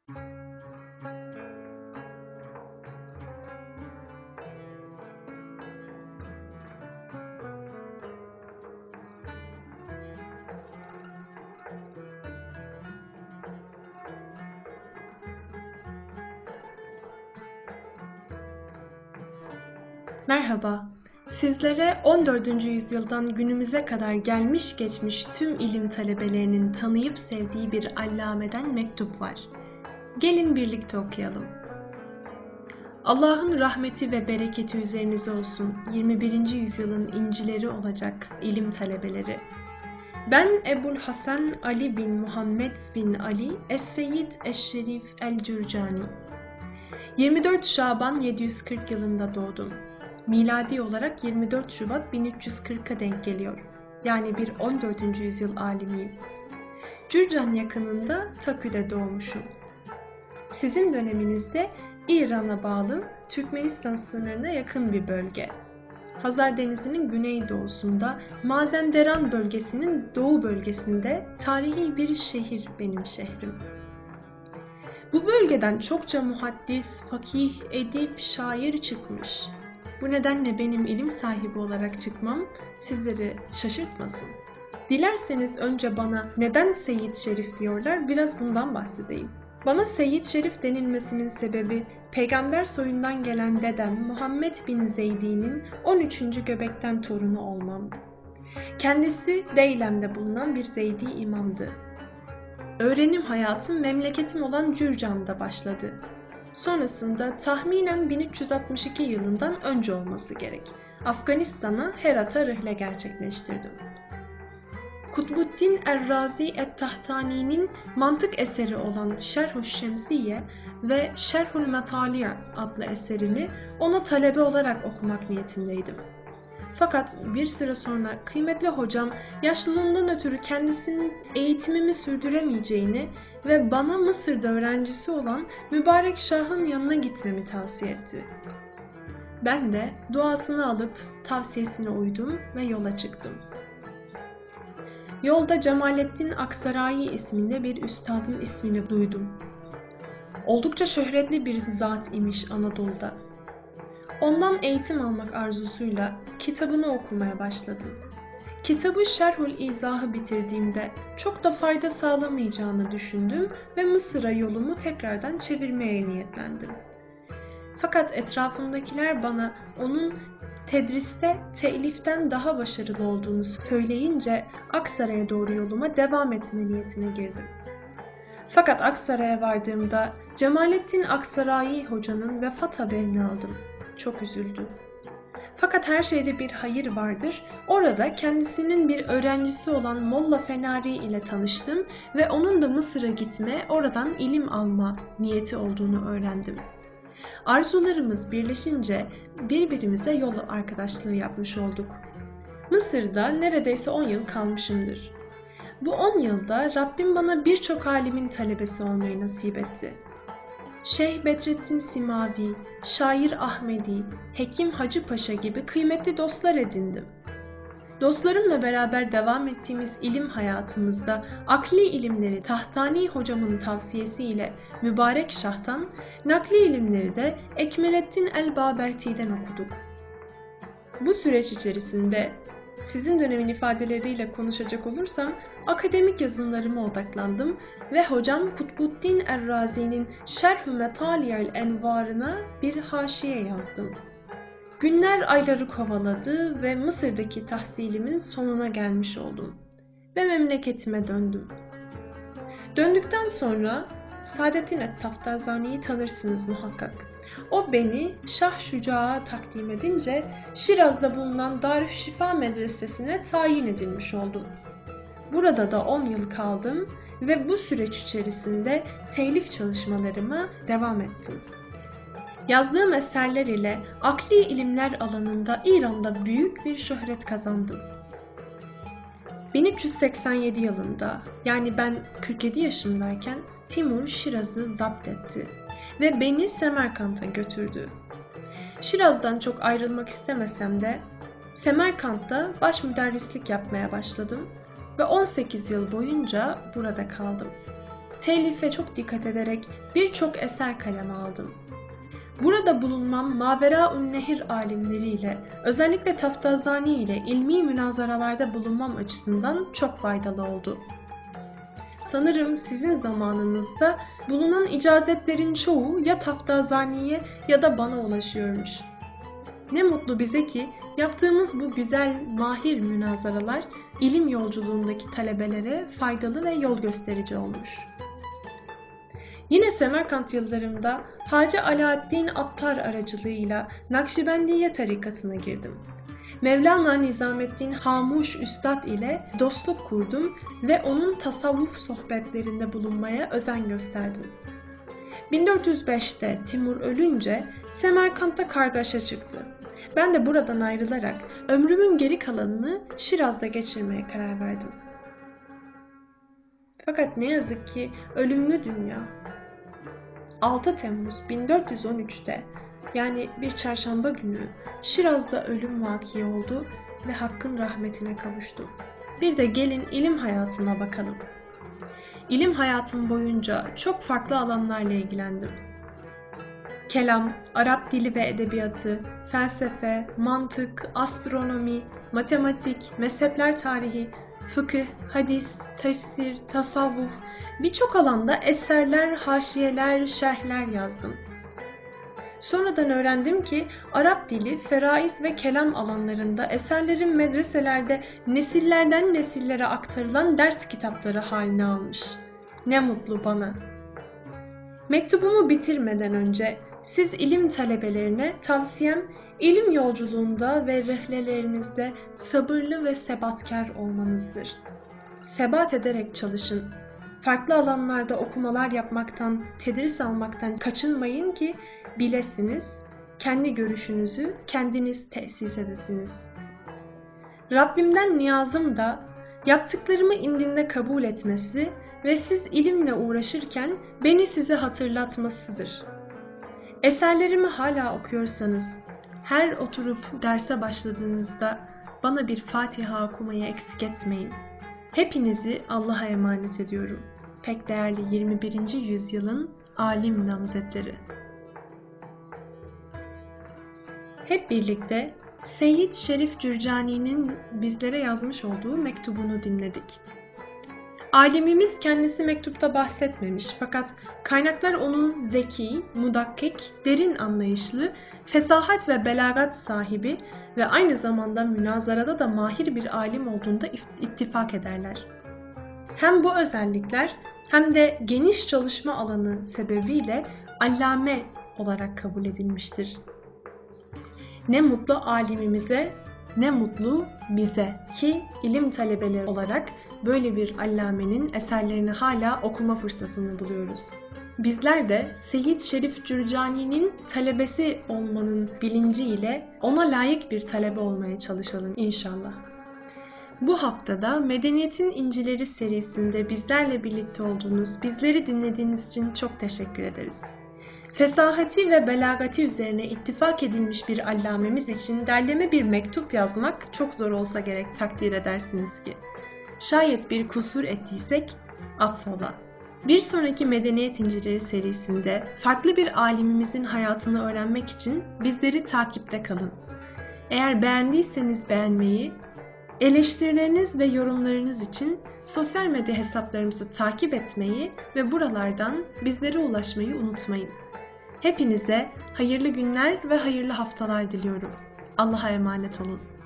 Merhaba, sizlere 14. yüzyıldan günümüze kadar gelmiş geçmiş tüm ilim talebelerinin tanıyıp sevdiği bir allameden mektup var. Gelin birlikte okuyalım. Allah'ın rahmeti ve bereketi üzerinize olsun 21. yüzyılın incileri olacak ilim talebeleri. Ben Ebul Hasan Ali bin Muhammed bin Ali Es-Seyyid Eş-Şerif El-Cürcani. 24 Şaban 740 yılında doğdum. Miladi olarak 24 Şubat 1340'a denk geliyor. Yani bir 14. yüzyıl alimiyim. Cürcan yakınında Takü'de doğmuşum. Sizin döneminizde İran'a bağlı Türkmenistan sınırına yakın bir bölge. Hazar Denizi'nin güneydoğusunda Mazenderan bölgesinin doğu bölgesinde tarihi bir şehir benim şehrim. Bu bölgeden çokça muhaddis, fakih, edip, şair çıkmış. Bu nedenle benim ilim sahibi olarak çıkmam sizleri şaşırtmasın. Dilerseniz önce bana neden Seyyid Şerif diyorlar, biraz bundan bahsedeyim. Bana Seyyid Şerif denilmesinin sebebi peygamber soyundan gelen dedem Muhammed bin Zeydi'nin 13. göbekten torunu olmam. Kendisi Deylem'de bulunan bir Zeydi imamdı. Öğrenim hayatım memleketim olan Cürcan'da başladı. Sonrasında tahminen 1362 yılından önce olması gerek. Afganistan'a Herat'a rihle gerçekleştirdim. Kutbuddin Er-Razi Et-Tahtani'nin mantık eseri olan Şerh-ü Şemsiye ve Şerhül Metaliye adlı eserini ona talebe olarak okumak niyetindeydim. Fakat bir süre sonra kıymetli hocam yaşlılığından ötürü kendisinin eğitimimi sürdüremeyeceğini ve bana Mısır'da öğrencisi olan Mübarek Şah'ın yanına gitmemi tavsiye etti. Ben de duasını alıp tavsiyesine uydum ve yola çıktım. Yolda Cemalettin Aksarayi isminde bir üstadın ismini duydum. Oldukça şöhretli bir zat imiş Anadolu'da. Ondan eğitim almak arzusuyla kitabını okumaya başladım. Kitabı Şerhül İzah'ı bitirdiğimde çok da fayda sağlamayacağını düşündüm ve Mısır'a yolumu tekrardan çevirmeye niyetlendim. Fakat etrafımdakiler bana onun tedriste teliften daha başarılı olduğunu söyleyince Aksaray'a doğru yoluma devam etme niyetine girdim. Fakat Aksaray'a vardığımda Cemalettin Aksarayi hocanın vefat haberini aldım. Çok üzüldüm. Fakat her şeyde bir hayır vardır. Orada kendisinin bir öğrencisi olan Molla Fenari ile tanıştım ve onun da Mısır'a gitme, oradan ilim alma niyeti olduğunu öğrendim. Arzularımız birleşince birbirimize yol arkadaşlığı yapmış olduk. Mısır'da neredeyse 10 yıl kalmışımdır. Bu 10 yılda Rabbim bana birçok alimin talebesi olmayı nasip etti. Şeyh Bedrettin Simavi, Şair Ahmedi, Hekim Hacı Paşa gibi kıymetli dostlar edindim. Dostlarımla beraber devam ettiğimiz ilim hayatımızda akli ilimleri Tahtani hocamın tavsiyesiyle Mübarek Şah'tan, nakli ilimleri de Ekmelettin el-Baberti'den okuduk. Bu süreç içerisinde sizin dönemin ifadeleriyle konuşacak olursam akademik yazımlarıma odaklandım ve hocam Kutbuddin Er-Razi'nin Şerh-ü Metaliyel Envar'ına bir haşiye yazdım. Günler ayları kovaladı ve Mısır'daki tahsilimin sonuna gelmiş oldum ve memleketime döndüm. Döndükten sonra Saadettin et-Taftazani'yi tanırsınız muhakkak. O beni Şah Şuca'ya takdim edince Şiraz'da bulunan Darüşşifa medresesine tayin edilmiş oldum. Burada da 10 yıl kaldım ve bu süreç içerisinde telif çalışmalarıma devam ettim. Yazdığım eserler ile akli ilimler alanında İran'da büyük bir şöhret kazandım. 1387 yılında, yani ben 47 yaşındayken Timur Şiraz'ı zapt etti ve beni Semerkant'a götürdü. Şiraz'dan çok ayrılmak istemesem de Semerkant'ta baş müderrislik yapmaya başladım ve 18 yıl boyunca burada kaldım. telife çok dikkat ederek birçok eser kaleme aldım. Burada bulunmam Maveraun Nehir alimleriyle, özellikle Taftazani ile ilmi münazaralarda bulunmam açısından çok faydalı oldu. Sanırım sizin zamanınızda bulunan icazetlerin çoğu ya Taftazani'ye ya da bana ulaşıyormuş. Ne mutlu bize ki yaptığımız bu güzel, mahir münazaralar ilim yolculuğundaki talebelere faydalı ve yol gösterici olmuş. Yine Semerkant yıllarımda Hacı Alaaddin Attar aracılığıyla Nakşibendiye tarikatına girdim. Mevlana Nizamettin Hamuş Üstad ile dostluk kurdum ve onun tasavvuf sohbetlerinde bulunmaya özen gösterdim. 1405'te Timur ölünce Semerkant'ta kargaşa çıktı. Ben de buradan ayrılarak ömrümün geri kalanını Şiraz'da geçirmeye karar verdim. Fakat ne yazık ki ölümlü dünya. 6 Temmuz 1413'te yani bir çarşamba günü Şiraz'da ölüm vaki oldu ve Hakk'ın rahmetine kavuştu. Bir de gelin ilim hayatına bakalım. İlim hayatım boyunca çok farklı alanlarla ilgilendim. Kelam, Arap dili ve edebiyatı, felsefe, mantık, astronomi, matematik, mezhepler tarihi, fıkıh, hadis, tefsir, tasavvuf, birçok alanda eserler, haşiyeler, şerhler yazdım. Sonradan öğrendim ki Arap dili, feraiz ve kelam alanlarında eserlerin medreselerde nesillerden nesillere aktarılan ders kitapları haline almış. Ne mutlu bana. Mektubumu bitirmeden önce siz ilim talebelerine tavsiyem ilim yolculuğunda ve rihlelerinizde sabırlı ve sebatkar olmanızdır. Sebat ederek çalışın. Farklı alanlarda okumalar yapmaktan, tedris almaktan kaçınmayın ki bilesiniz, kendi görüşünüzü kendiniz tesis edesiniz. Rabbimden niyazım da yaptıklarımı indinde kabul etmesi ve siz ilimle uğraşırken beni size hatırlatmasıdır. Eserlerimi hala okuyorsanız, her oturup derse başladığınızda bana bir Fatiha okumayı eksik etmeyin. Hepinizi Allah'a emanet ediyorum. Pek değerli 21. yüzyılın alim namzetleri. Hep birlikte Seyyid Şerif Cürcani'nin bizlere yazmış olduğu mektubunu dinledik. Alimimiz kendisi mektupta bahsetmemiş fakat kaynaklar onun zeki, mudakkik, derin anlayışlı, fesahat ve belagat sahibi ve aynı zamanda münazarada da mahir bir alim olduğunda ittifak ederler. Hem bu özellikler hem de geniş çalışma alanı sebebiyle allame olarak kabul edilmiştir. Ne mutlu alimimize, ne mutlu bize ki ilim talebeleri olarak böyle bir allamenin eserlerini hala okuma fırsatını buluyoruz. Bizler de Seyyid Şerif Cürcani'nin talebesi olmanın bilinciyle ona layık bir talebe olmaya çalışalım inşallah. Bu haftada Medeniyetin İncileri serisinde bizlerle birlikte olduğunuz, bizleri dinlediğiniz için çok teşekkür ederiz. Fesahati ve belagati üzerine ittifak edilmiş bir allamemiz için derleme bir mektup yazmak çok zor olsa gerek takdir edersiniz ki. Şayet bir kusur ettiysek affola. Bir sonraki Medeniyet İncileri serisinde farklı bir alimimizin hayatını öğrenmek için bizleri takipte kalın. Eğer beğendiyseniz beğenmeyi, eleştirileriniz ve yorumlarınız için sosyal medya hesaplarımızı takip etmeyi ve buralardan bizlere ulaşmayı unutmayın. Hepinize hayırlı günler ve hayırlı haftalar diliyorum. Allah'a emanet olun.